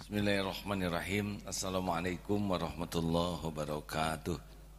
Bismillahirrahmanirrahim. Assalamualaikum warahmatullahi wabarakatuh.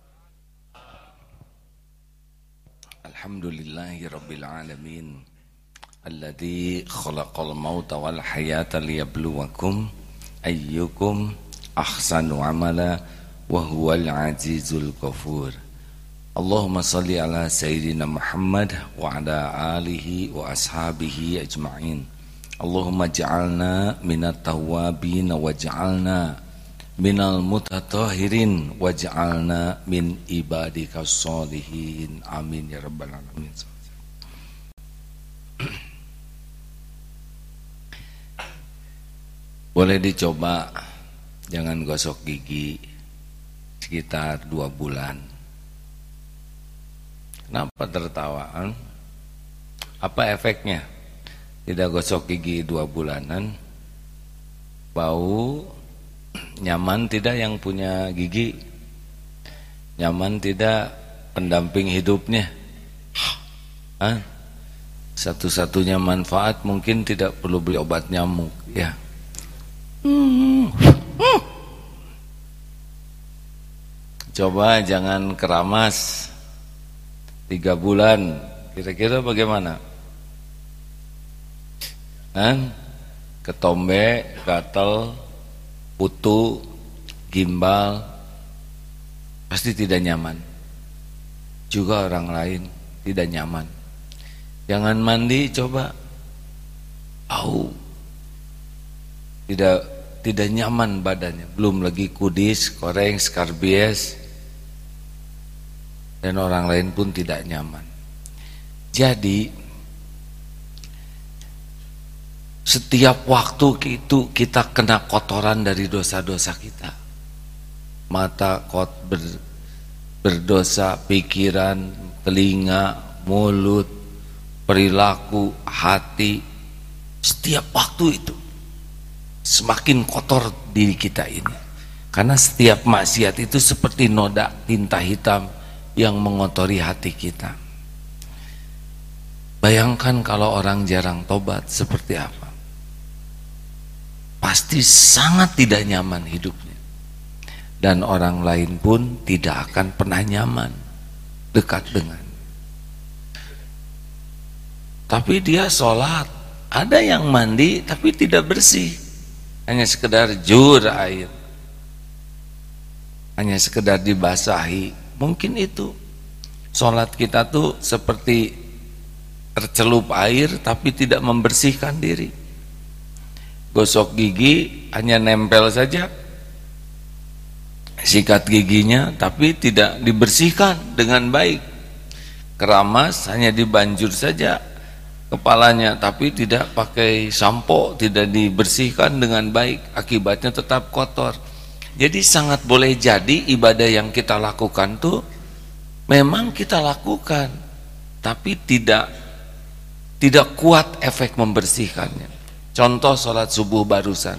Alhamdulillahi rabbil alamin, alladzi khalaqal mauta wal hayata liyabluwakum ayyukum ahsanu amala wa huwal azizul ghafur. Allahumma salli ala sayyidina Muhammad wa ala alihi wa ashabihi ajma'in. Allahumma ja'alna minat tawwabin waj'alna minal mutatahhirin waj'alna min ibadikas sholihin. Amin ya rabbal alamin. Boleh dicoba, jangan gosok gigi sekitar 2 bulan. Kenapa tertawaan? Apa efeknya? Tidak gosok gigi 2 bulanan, bau, nyaman tidak yang punya gigi? Nyaman tidak pendamping hidupnya? Satu-satunya manfaat mungkin tidak perlu beli obat nyamuk, ya. Coba jangan keramas 3 bulan, kira-kira bagaimana? Ketombe, gatal, putu, gimbal, pasti tidak nyaman. Juga orang lain tidak nyaman. Jangan mandi, coba, tidak nyaman badannya. Belum lagi kudis, koreng, skarbies, dan orang lain pun tidak nyaman. Jadi setiap waktu itu kita kena kotoran dari dosa-dosa kita. Mata berdosa, pikiran, telinga, mulut, perilaku, hati. Setiap waktu itu semakin kotor diri kita ini. Karena setiap maksiat itu seperti noda tinta hitam yang mengotori hati kita. Bayangkan kalau orang jarang tobat, seperti apa? Pasti sangat tidak nyaman hidupnya, dan orang lain pun tidak akan pernah nyaman dekat dengan. Tapi dia sholat, ada yang mandi tapi tidak bersih, hanya sekedar jur air, hanya sekedar dibasahi. Mungkin itu sholat kita tuh seperti tercelup air tapi tidak membersihkan diri. Gosok gigi hanya nempel saja, sikat giginya tapi tidak dibersihkan dengan baik. Keramas hanya dibanjur saja kepalanya tapi tidak pakai sampo, tidak dibersihkan dengan baik, akibatnya tetap kotor. Jadi sangat boleh jadi ibadah yang kita lakukan tuh memang kita lakukan, tapi tidak kuat efek membersihkannya. Contoh sholat subuh barusan.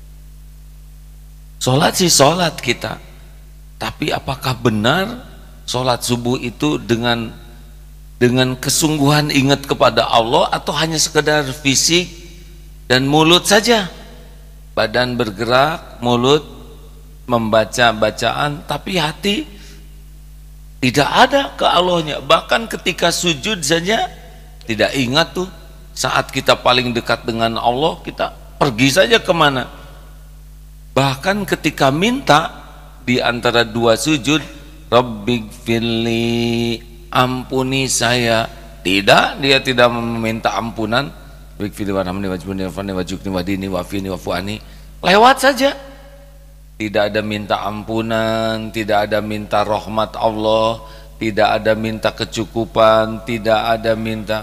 Sholat sih sholat kita, tapi apakah benar sholat subuh itu dengan kesungguhan ingat kepada Allah, atau hanya sekedar fisik dan mulut saja? Badan bergerak, mulut membaca bacaan, tapi hati tidak ada ke Allahnya. Bahkan ketika sujud saja tidak ingat tuh. Saat kita paling dekat dengan Allah, kita pergi saja kemana. Bahkan ketika minta di antara 2 sujud, Rabbighfirli, ampuni saya, dia tidak meminta ampunan. Rabbighfirli warhamni wajburni warfa'ni wajukni wahdini wa'afini wa'fu'ani, lewat saja. Tidak ada minta ampunan, tidak ada minta rahmat Allah, tidak ada minta kecukupan, tidak ada minta,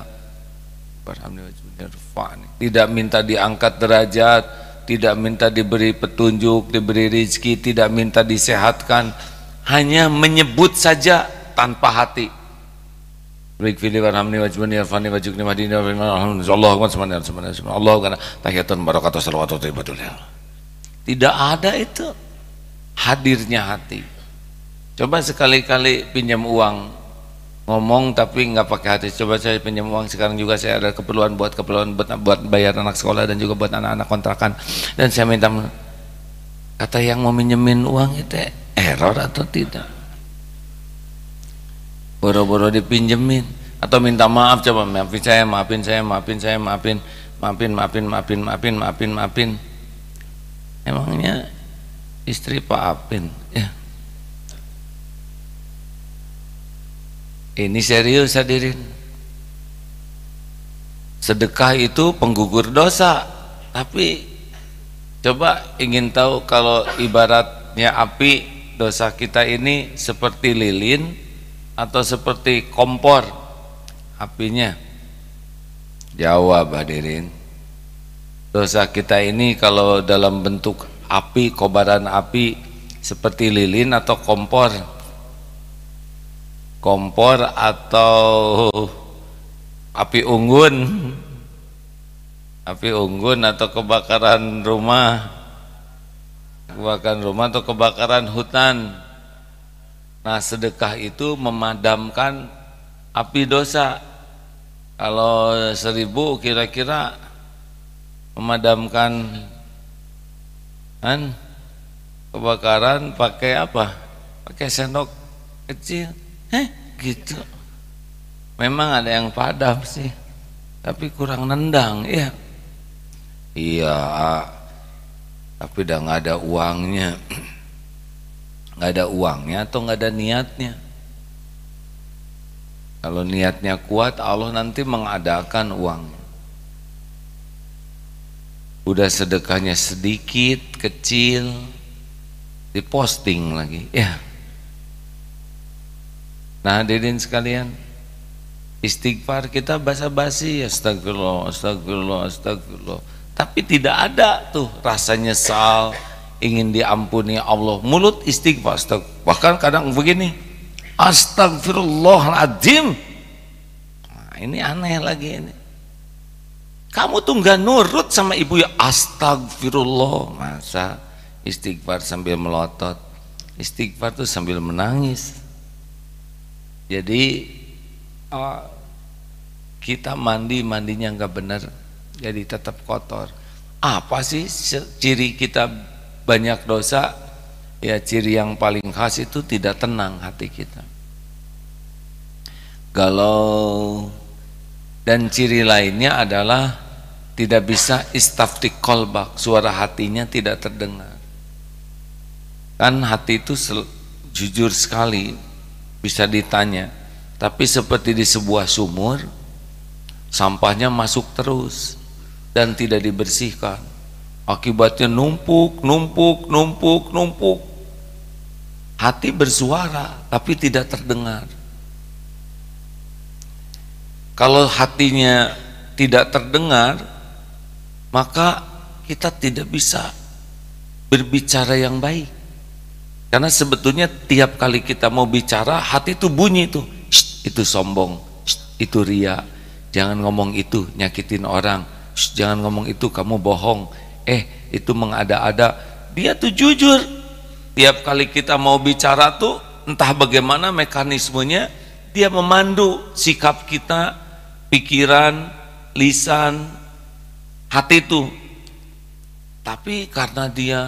tidak minta diangkat derajat, tidak minta diberi petunjuk, diberi rizki, tidak minta disehatkan, hanya menyebut saja tanpa hati. Tidak ada itu hadirnya hati. Coba sekali-kali pinjam uang, ngomong tapi nggak pakai hati. Coba saya pinjam uang sekarang juga, saya ada keperluan buat bayar anak sekolah dan juga buat anak-anak kontrakan, dan saya minta Kata yang mau minjemin uang itu error atau tidak? Boro-boro dipinjemin atau minta maaf, coba maafin saya. Emangnya istri Pak Apin ya? Ini serius hadirin. Sedekah itu penggugur dosa. Tapi coba ingin tahu kalau ibaratnya api, dosa kita ini seperti lilin atau seperti kompor apinya? Jawab hadirin. Dosa kita ini kalau dalam bentuk api, kobaran api, seperti lilin atau kompor? Kompor atau api unggun? Api unggun atau kebakaran rumah? Kebakaran rumah atau kebakaran hutan? Nah, sedekah itu memadamkan api dosa. Kalau 1000 kira-kira memadamkan kebakaran pakai apa? Pakai sendok kecil. Gitu. Memang ada yang padam sih, tapi kurang nendang ya. Iya, tapi udah nggak ada uangnya. Nggak ada uangnya atau nggak ada niatnya. Kalau niatnya kuat, Allah nanti mengadakan uangnya. Udah sedekahnya sedikit, kecil, diposting lagi ya. Nah, hadirin sekalian, istighfar kita basa-basi, astagfirullah, astagfirullah, astagfirullah. Tapi tidak ada tuh rasa nyesal, ingin diampuni Allah. Mulut istighfar, bahkan kadang begini, astagfirullahaladzim. Nah, ini aneh lagi ini. Kamu tuh nggak nurut sama ibu ya, astagfirullah. Masa istighfar sambil melotot? Istighfar tuh sambil menangis. Jadi kita mandinya nggak benar, jadi tetap kotor. Apa sih ciri kita banyak dosa? Ya, ciri yang paling khas itu tidak tenang hati kita, galau. Dan ciri lainnya adalah tidak bisa istaftik kolbak, suara hatinya tidak terdengar. Kan hati itu jujur sekali, bisa ditanya, tapi seperti di sebuah sumur, sampahnya masuk terus dan tidak dibersihkan. Akibatnya numpuk. Hati bersuara tapi tidak terdengar. Kalau hatinya tidak terdengar, maka kita tidak bisa berbicara yang baik. Karena sebetulnya tiap kali kita mau bicara, hati itu bunyi tuh, itu sombong, itu ria, jangan ngomong itu, nyakitin orang, jangan ngomong itu, kamu bohong, itu mengada-ada. Dia tuh jujur. Tiap kali kita mau bicara tuh, entah bagaimana mekanismenya, dia memandu sikap kita, pikiran, lisan, hati itu. Tapi karena dia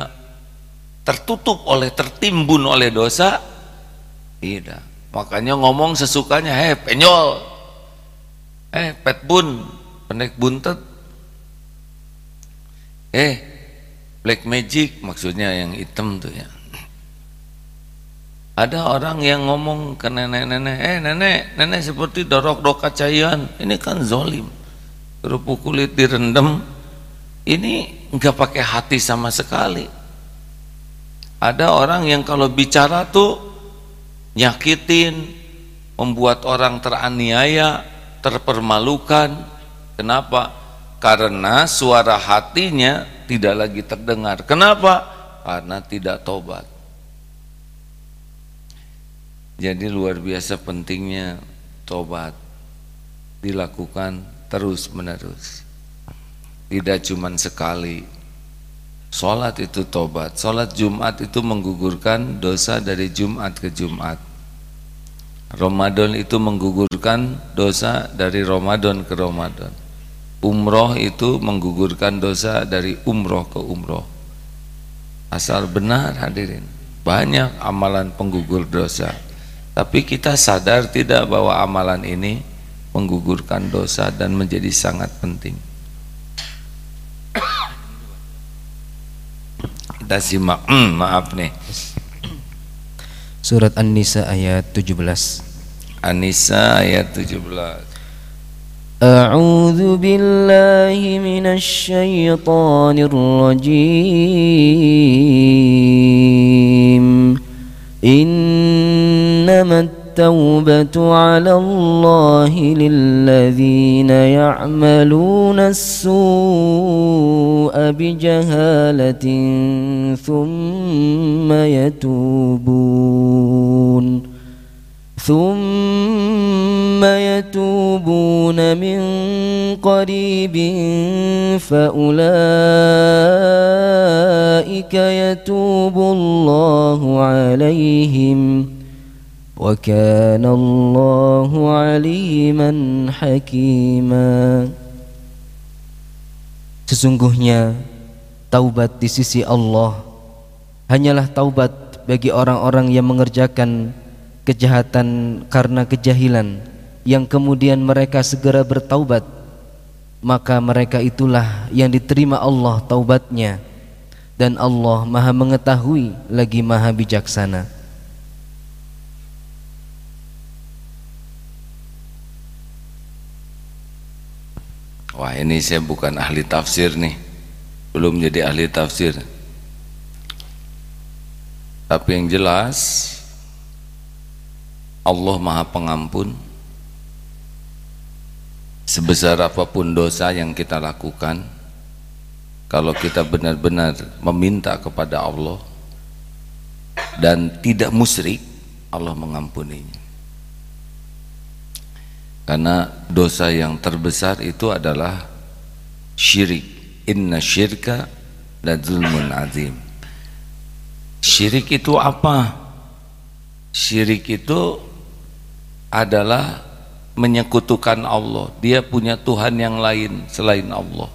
tertimbun oleh dosa, tidak. Makanya ngomong sesukanya, penyol, petbun, pendek buntet, black magic, maksudnya yang hitam tuh ya. Ada orang yang ngomong ke nenek-nenek, nenek seperti dorok kacayan, ini kan zolim, kerupuk kulit direndam, ini nggak pakai hati sama sekali. Ada orang yang kalau bicara tuh nyakitin, membuat orang teraniaya, terpermalukan. Kenapa? Karena suara hatinya tidak lagi terdengar. Kenapa? Karena tidak tobat. Jadi luar biasa pentingnya tobat, dilakukan terus menerus, tidak cuma sekali. Sholat itu tobat. Sholat Jumat itu menggugurkan dosa dari Jumat ke Jumat. Ramadan itu menggugurkan dosa dari Ramadan ke Ramadan. Umroh itu menggugurkan dosa dari umroh ke umroh. Asal benar hadirin, banyak amalan penggugur dosa, tapi kita sadar tidak bahwa amalan ini menggugurkan dosa dan menjadi sangat penting. Kita simak, maaf nih, Surat An-Nisa ayat 17. An-Nisa ayat 17. A'udzu billahi minasy syaithanir rajim. Innamat taubatu 'ala Allahi lilladzina ya'maluna as-su'a bijahalatin thumma yatubun min qaribin faulaika yatubullahu alaihim wa kana Allahu aliman hakima. Sesungguhnya taubat di sisi Allah hanyalah taubat bagi orang-orang yang mengerjakan kejahatan karena kejahilan, yang kemudian mereka segera bertaubat, maka mereka itulah yang diterima Allah taubatnya, dan Allah Maha mengetahui lagi Maha bijaksana. Wah, ini saya bukan ahli tafsir nih, belum jadi ahli tafsir, tapi yang jelas Allah Maha Pengampun. Sebesar apapun dosa yang kita lakukan, kalau kita benar-benar meminta kepada Allah dan tidak musyrik, Allah mengampuninya. Karena dosa yang terbesar itu adalah syirik. Inna syirka la zulmun azim. Syirik itu apa? Syirik itu adalah menyekutukan Allah. Dia punya Tuhan yang lain selain Allah.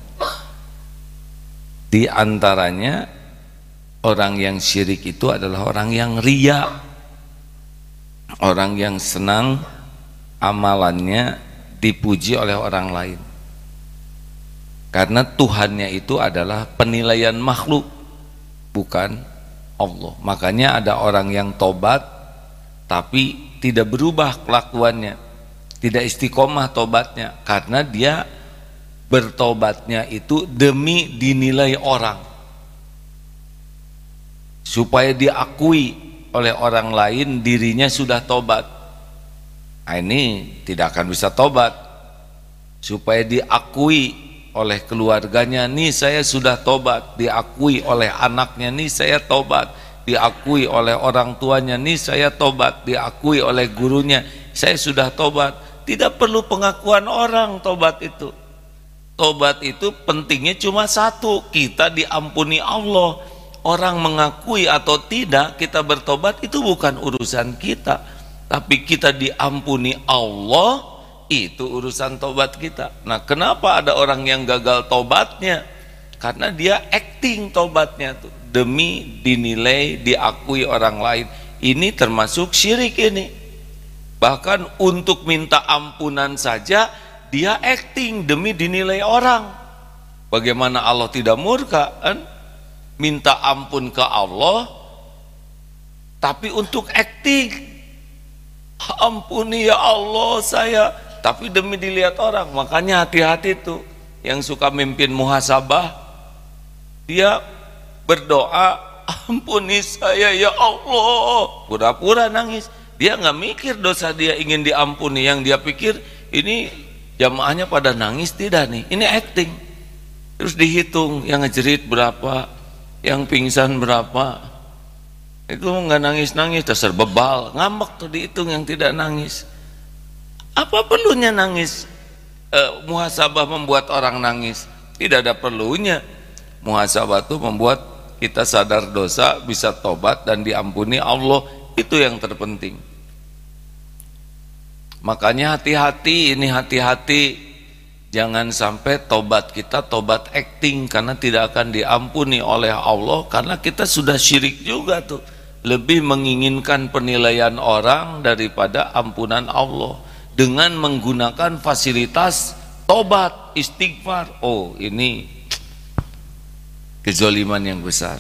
Di antaranya orang yang syirik itu adalah orang yang riya, orang yang senang amalannya dipuji oleh orang lain, karena Tuhannya itu adalah penilaian makhluk, bukan Allah. Makanya ada orang yang tobat tapi tidak berubah kelakuannya, tidak istiqomah tobatnya, karena dia bertobatnya itu demi dinilai orang, supaya diakui oleh orang lain dirinya sudah tobat. Nah, ini tidak akan bisa tobat. Supaya diakui oleh keluarganya, nih saya sudah tobat, diakui oleh anaknya, nih saya tobat, diakui oleh orang tuanya, nih saya tobat, diakui oleh gurunya, saya sudah tobat. Tidak perlu pengakuan orang tobat itu. Tobat itu pentingnya cuma satu, kita diampuni Allah. Orang mengakui atau tidak kita bertobat itu bukan urusan kita, tapi kita diampuni Allah, itu urusan tobat kita. Nah, kenapa ada orang yang gagal tobatnya? Karena dia acting tobatnya tuh demi dinilai, diakui orang lain. Ini termasuk syirik ini. Bahkan untuk minta ampunan saja dia acting demi dinilai orang. Bagaimana Allah tidak murka kan? Minta ampun ke Allah tapi untuk acting, ampuni ya Allah saya, tapi demi dilihat orang. Makanya hati-hati tuh yang suka mimpin muhasabah, dia berdoa ampuni saya ya Allah, pura-pura nangis. Dia nggak mikir dosa dia ingin diampuni, yang dia pikir ini jamaahnya pada nangis tidak nih, ini acting. Terus dihitung yang ngejerit berapa, yang pingsan berapa, itu nggak nangis-nangis, dasar bebal, ngambek tuh dihitung yang tidak nangis. Apa perlunya nangis? Muhasabah membuat orang nangis? Tidak ada perlunya. Muhasabah itu membuat kita sadar dosa, bisa tobat dan diampuni Allah, itu yang terpenting. Makanya hati-hati, ini hati-hati Jangan sampai tobat kita tobat acting, karena tidak akan diampuni oleh Allah, karena kita sudah syirik juga tuh. Lebih menginginkan penilaian orang daripada ampunan Allah dengan menggunakan fasilitas tobat, istighfar. Oh, ini kezaliman yang besar.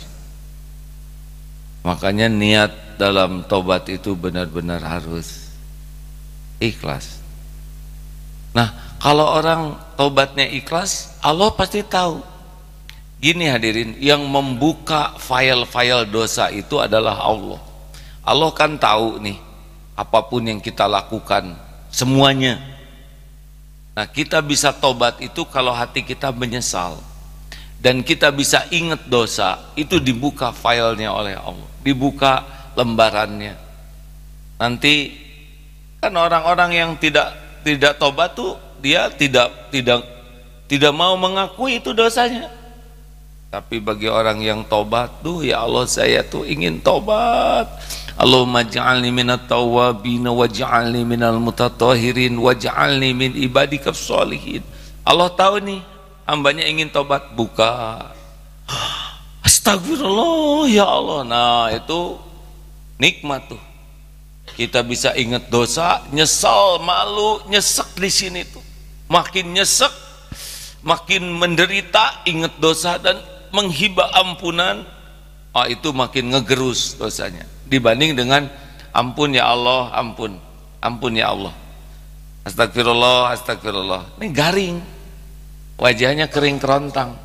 Makanya niat dalam tobat itu benar-benar harus ikhlas. Nah, kalau orang tobatnya ikhlas, Allah pasti tahu. Gini hadirin, yang membuka file-file dosa itu adalah Allah. Allah kan tahu nih, apapun yang kita lakukan, semuanya. Nah, kita bisa tobat itu kalau hati kita menyesal. Dan kita bisa ingat dosa, itu dibuka filenya oleh Allah. Dibuka lembarannya. Nanti kan orang-orang yang tidak tobat tuh dia tidak mau mengakui itu dosanya. Tapi bagi orang yang tobat, tuh ya Allah saya tuh ingin tobat. Allahumma ja'alni minat tawwabin waj'alni minal mutatahhirin waj'alni min ibadikas sholihin. Allah tahu nih hambanya ingin tobat, buka. Astagfirullah ya Allah. Nah, itu nikmat tuh. Kita bisa ingat dosa, nyesal, malu, nyesek di sini tuh. Makin nyesek, makin menderita, ingat dosa dan menghibah ampunan. Itu makin ngegerus dosanya. Dibanding dengan ampun ya Allah, ampun, ampun ya Allah. Astagfirullah, astagfirullah. Ini garing, wajahnya kering kerontang.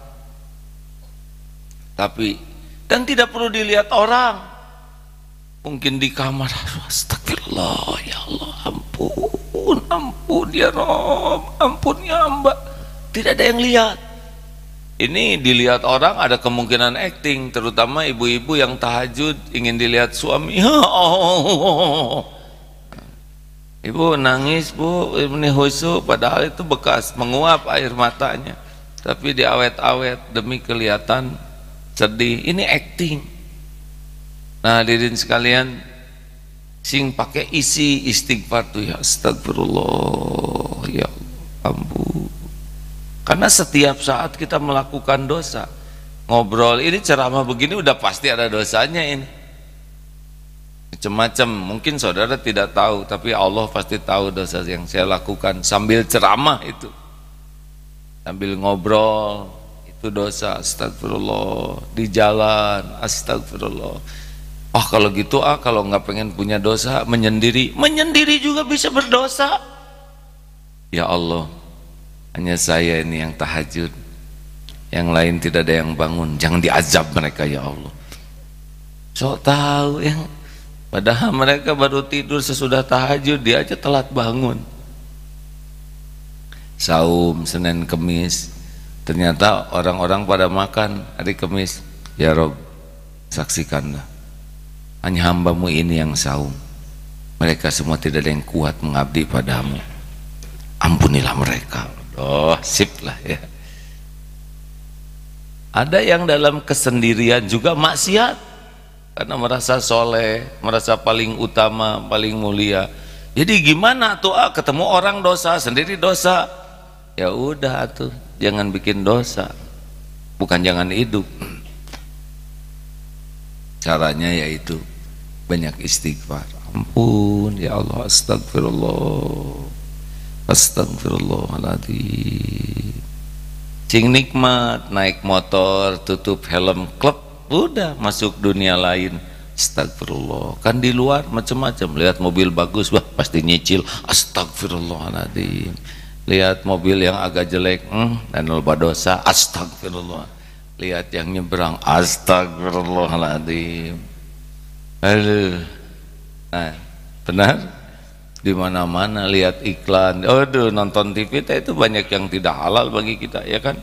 Tapi dan tidak perlu dilihat orang. Mungkin di kamar, astagfirullah ya Allah, ampun, ampun ya Rob, ampun ya Mbak. Tidak ada yang lihat. Ini dilihat orang ada kemungkinan acting, terutama ibu-ibu yang tahajud ingin dilihat suami. Oh. Ibu nangis, Bu, ini khusyuk, padahal itu bekas menguap air matanya. Tapi diawet-awet demi kelihatan sedih. Ini acting. Nah, hadirin sekalian, sing pakai isi istighfar tuh ya astagfirullah ya ampun. Karena setiap saat kita melakukan dosa, ngobrol ini ceramah begini udah pasti ada dosanya ini. Macam-macam, mungkin saudara tidak tahu, tapi Allah pasti tahu dosa yang saya lakukan sambil ceramah itu. Sambil ngobrol itu dosa, astagfirullah. Di jalan, astagfirullah. Kalau gitu kalau nggak pengen punya dosa, menyendiri juga bisa berdosa. Ya Allah, hanya saya ini yang tahajud, yang lain tidak ada yang bangun, jangan diazab mereka ya Allah. Sok tahu yang padahal mereka baru tidur sesudah tahajud, dia aja telat bangun. Saum Senin Kemis, ternyata orang-orang pada makan hari Kemis. Ya Rob, saksikanlah, hanya hambamu ini yang saum, mereka semua tidak ada yang kuat mengabdi padamu, ampunilah mereka. Oh, sip lah ya. Ada yang dalam kesendirian juga maksiat karena merasa soleh, merasa paling utama, paling mulia. Jadi gimana tuh ketemu orang dosa, sendiri dosa. Ya udah tuh, jangan bikin dosa, bukan jangan hidup. Caranya yaitu banyak istighfar. Ampun ya Allah, astagfirullah, astagfirullahaladzim. Cing nikmat, naik motor, tutup helm, klep, udah masuk dunia lain. Astagfirullah. Kan di luar macam-macam, lihat mobil bagus, wah pasti nyicil, astagfirullahaladzim. Lihat mobil yang agak jelek, dan lupa dosa, astagfirullah. Lihat yang nyebrang, astagfirullahaladzim. Aduh. Nah, benar? Di mana-mana lihat iklan, aduh, nonton TV itu banyak yang tidak halal bagi kita, ya kan?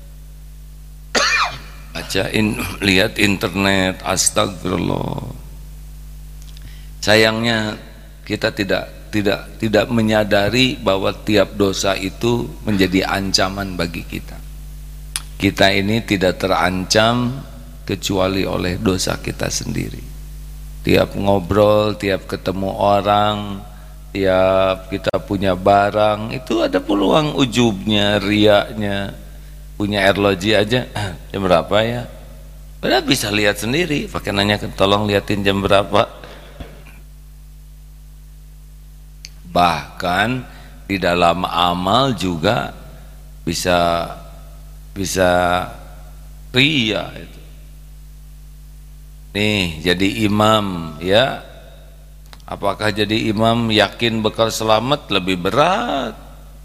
Lihat internet, astagfirullah. Sayangnya kita tidak menyadari bahwa tiap dosa itu menjadi ancaman bagi kita. Kita ini tidak terancam kecuali oleh dosa kita sendiri. Tiap ngobrol, tiap ketemu orang, tiap kita punya barang itu ada peluang ujubnya, riaknya. Punya airlogi aja jam berapa ya, padahal bisa lihat sendiri, pakai nanya tolong liatin jam berapa. Bahkan di dalam amal juga bisa ria itu. Nih jadi imam ya, apakah jadi imam yakin bakal selamat? Lebih berat.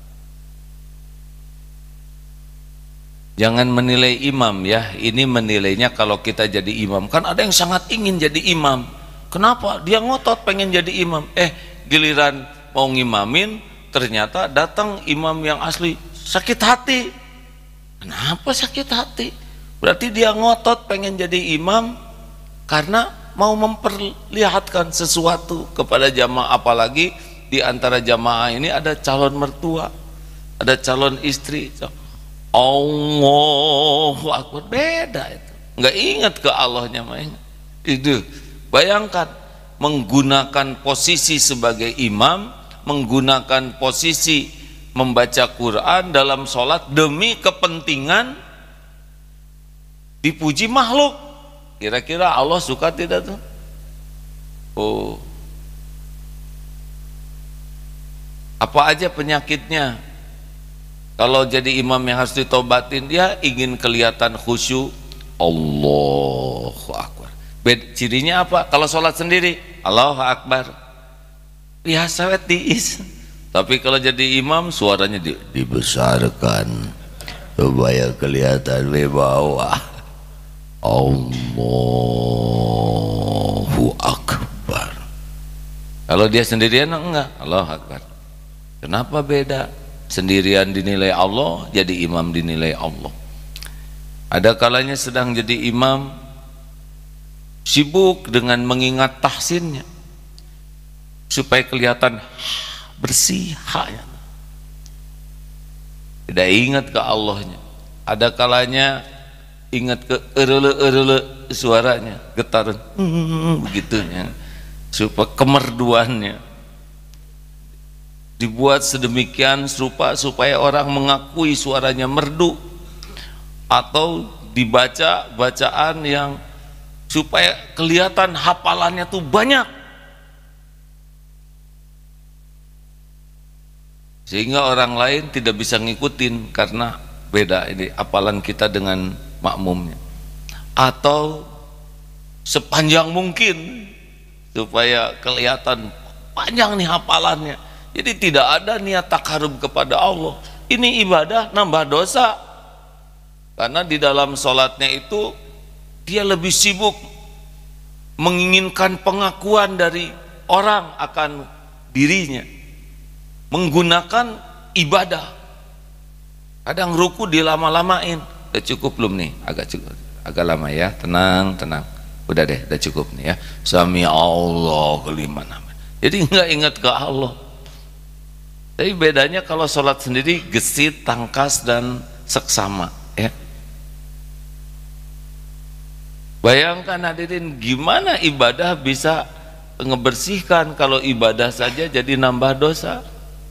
Jangan menilai imam ya, ini menilainya kalau kita jadi imam. Kan ada yang sangat ingin jadi imam. Kenapa? Dia ngotot pengen jadi imam. Giliran mau ngimamin, ternyata datang imam yang asli sakit hati. Kenapa sakit hati? Berarti dia ngotot pengen jadi imam karena mau memperlihatkan sesuatu kepada jamaah. Apalagi di antara jamaah ini ada calon mertua, ada calon istri. Allahu Akbar, beda itu. Nggak ingat ke Allahnya main. Itu bayangkan menggunakan posisi sebagai imam, menggunakan posisi membaca Quran dalam sholat demi kepentingan dipuji makhluk. Kira-kira Allah suka tidak tuh? Oh, apa aja penyakitnya? Kalau jadi imam yang harus ditobatin, dia ingin kelihatan khusyuk. Allahu Akbar. Cirinya apa? Kalau sholat sendiri, Allahu Akbar, biasa tiis. Tapi kalau jadi imam, suaranya dibesarkan supaya kelihatan lebih bawah. Allahu Akbar. Kalau dia sendirian enggak, Allahu Akbar. Kenapa beda? Sendirian dinilai Allah, jadi imam dinilai Allah. Ada kalanya sedang jadi imam sibuk dengan mengingat tahsinnya supaya kelihatan bersih haknya, tidak ingat ke Allahnya. Ada kalanya ingat ke erele suaranya, getaran begitu ya, supaya kemerduannya dibuat sedemikian rupa supaya orang mengakui suaranya merdu, atau dibaca bacaan yang supaya kelihatan hafalannya tuh banyak, sehingga orang lain tidak bisa ngikutin karena beda ini hafalan kita dengan makmumnya. Atau sepanjang mungkin supaya kelihatan panjang nih hafalannya. Jadi tidak ada niat takarub kepada Allah. Ini ibadah nambah dosa. Karena di dalam sholatnya itu dia lebih sibuk menginginkan pengakuan dari orang akan dirinya, menggunakan ibadah. Kadang ruku dilama-lamain. Udah cukup belum nih? Agak lama ya. Tenang. Udah deh, udah cukup nih ya. Sami Allahu liman hamid. Jadi nggak ingat ke Allah. Tapi bedanya kalau sholat sendiri gesit, tangkas, dan seksama ya. Bayangkan hadirin, gimana ibadah bisa ngebersihkan kalau ibadah saja jadi nambah dosa.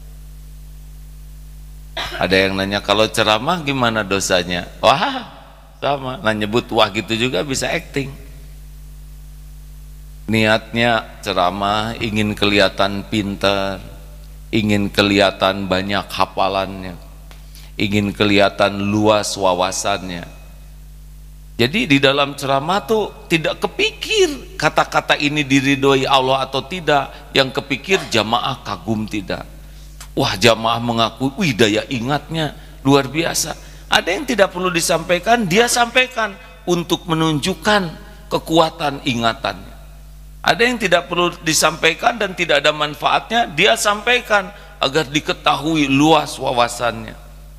Ada yang nanya kalau ceramah gimana dosanya? Wah sama, nah nyebut wah gitu juga bisa acting. Niatnya ceramah ingin kelihatan pintar, ingin kelihatan banyak hafalannya, ingin kelihatan luas wawasannya. Jadi di dalam ceramah tuh tidak kepikir kata-kata ini diridhoi Allah atau tidak. Yang kepikir jamaah kagum tidak. Wah, jamaah mengaku, wih daya ingatnya luar biasa. Ada yang tidak perlu disampaikan, dia sampaikan untuk menunjukkan kekuatan ingatannya. Ada yang tidak perlu disampaikan dan tidak ada manfaatnya, dia sampaikan agar diketahui luas wawasannya.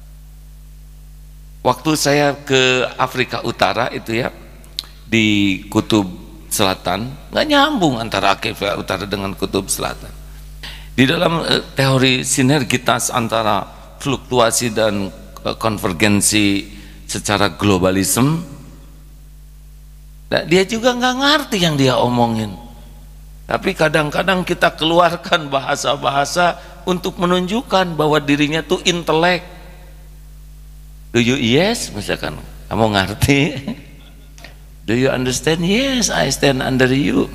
Waktu saya ke Afrika Utara itu ya, di Kutub Selatan, nggak nyambung antara Afrika Utara dengan Kutub Selatan. Di dalam teori sinergitas antara fluktuasi dan konvergensi secara globalisme, nah, dia juga nggak ngerti yang dia omongin. Tapi kadang-kadang kita keluarkan bahasa-bahasa untuk menunjukkan bahwa dirinya tuh intelek. Do you yes? Misalkan kamu ngerti? Do you understand? Yes, I stand under you.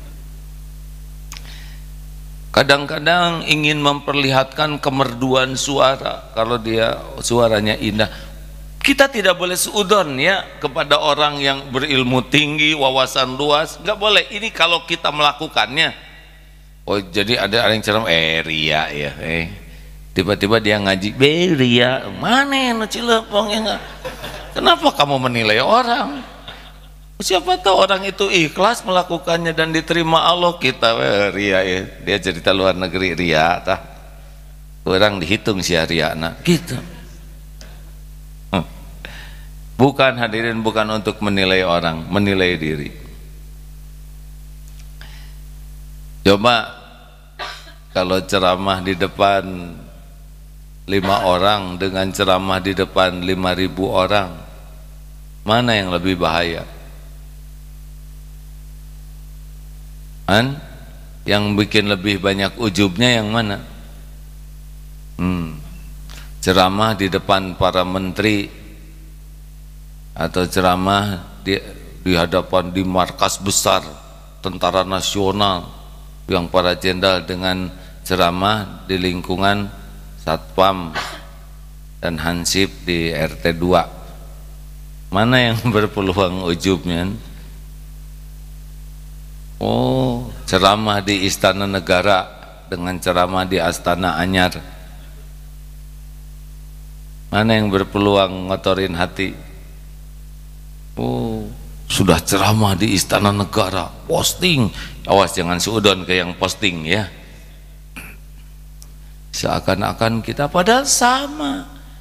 Kadang-kadang ingin memperlihatkan kemerduan suara kalau dia suaranya indah. Kita tidak boleh seudon ya kepada orang yang berilmu tinggi, wawasan luas, nggak boleh. Ini kalau kita melakukannya. Oh, jadi ada yang ceram ria ya, tiba-tiba dia ngaji ria, mana yang cilepong ya? Kenapa kamu menilai orang? Siapa tahu orang itu ikhlas melakukannya dan diterima Allah. Kita ria ya, dia cerita luar negeri ria tah. Orang dihitung si ria nah gitu. Bukan hadirin, bukan untuk menilai orang, menilai diri. Coba kalau ceramah di depan 5 orang dengan ceramah di depan 5.000 orang, mana yang lebih bahaya? Yang bikin lebih banyak ujubnya yang mana? Ceramah di depan para menteri atau ceramah di hadapan di markas besar tentara nasional yang para jenderal, dengan ceramah di lingkungan satpam dan hansip di RT 2, mana yang berpeluang ujubnya? Oh, ceramah di Istana Negara dengan ceramah di Astana Anyar, mana yang berpeluang ngotorin hati? Oh, sudah ceramah di Istana Negara, posting, awas jangan seudon ke yang posting ya. Seakan-akan kita padahal sama.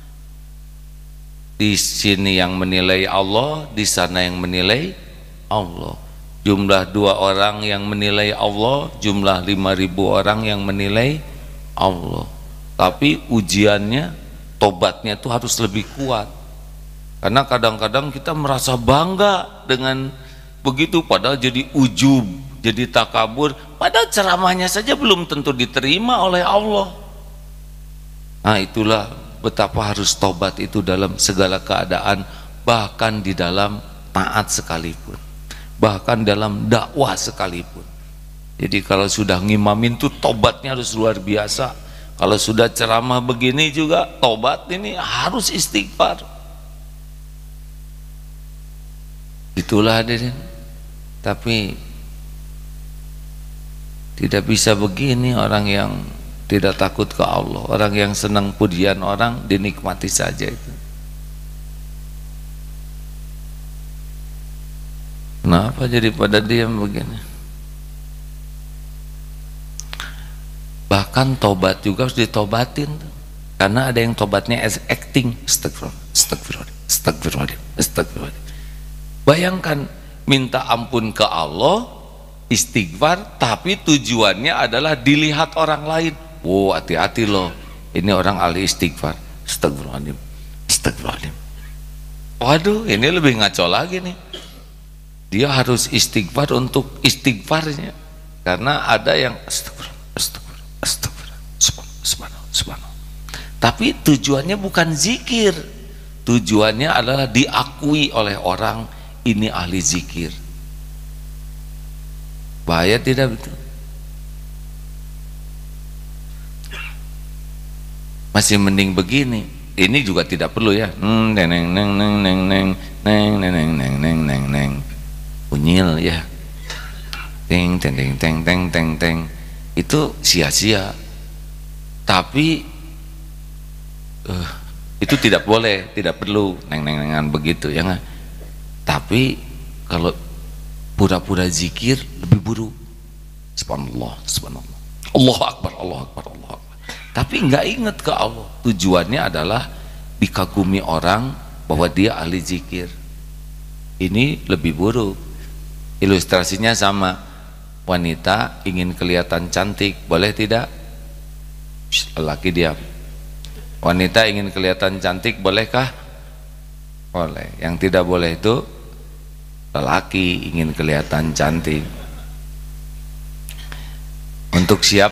Di sini yang menilai Allah, di sana yang menilai Allah. Jumlah 2 orang yang menilai Allah, jumlah 5.000 orang yang menilai Allah. Tapi ujiannya, tobatnya itu harus lebih kuat. Karena kadang-kadang kita merasa bangga dengan begitu, padahal jadi ujub, jadi takabur. Padahal ceramahnya saja belum tentu diterima oleh Allah. Nah, itulah betapa harus tobat itu dalam segala keadaan, bahkan di dalam taat sekalipun, bahkan dalam dakwah sekalipun. Jadi kalau sudah ngimamin tuh tobatnya harus luar biasa. Kalau sudah ceramah begini juga tobat ini harus istighfar. Itulah hadirin. Tapi tidak bisa begini orang yang tidak takut ke Allah, orang yang senang pujian orang dinikmati saja itu. Kenapa jadi pada diam begini? Bahkan tobat juga harus ditobatin, karena ada yang tobatnya as acting. Astagfirullah. Bayangkan minta ampun ke Allah, istighfar, tapi tujuannya adalah dilihat orang lain. Wow, hati-hati loh, ini orang ahli istighfar. Astagfirullahaladzim. Waduh, ini lebih ngaco lagi nih. Dia harus istighfar untuk istighfarnya, karena ada yang subhanallah. Tapi tujuannya bukan zikir, tujuannya adalah diakui oleh orang ini ahli zikir. Bahaya tidak betul? Masih mending begini. Ini juga tidak perlu ya. Unyil ya. Teng teng teng teng teng teng. Itu sia-sia. Tapi itu tidak boleh, tidak perlu neng-nengan begitu ya nggak? Tapi kalau pura-pura zikir lebih buruk. Subhanallah, subhanallah. Allahu Akbar, Allahu Akbar, Allahu Akbar. Tapi nggak ingat ke Allah. Tujuannya adalah dikagumi orang bahwa dia ahli zikir. Ini lebih buruk. Ilustrasinya sama. Wanita ingin kelihatan cantik, boleh tidak? Lelaki diam. Wanita ingin kelihatan cantik, bolehkah? Boleh. Yang tidak boleh itu lelaki ingin kelihatan cantik. Untuk siapa?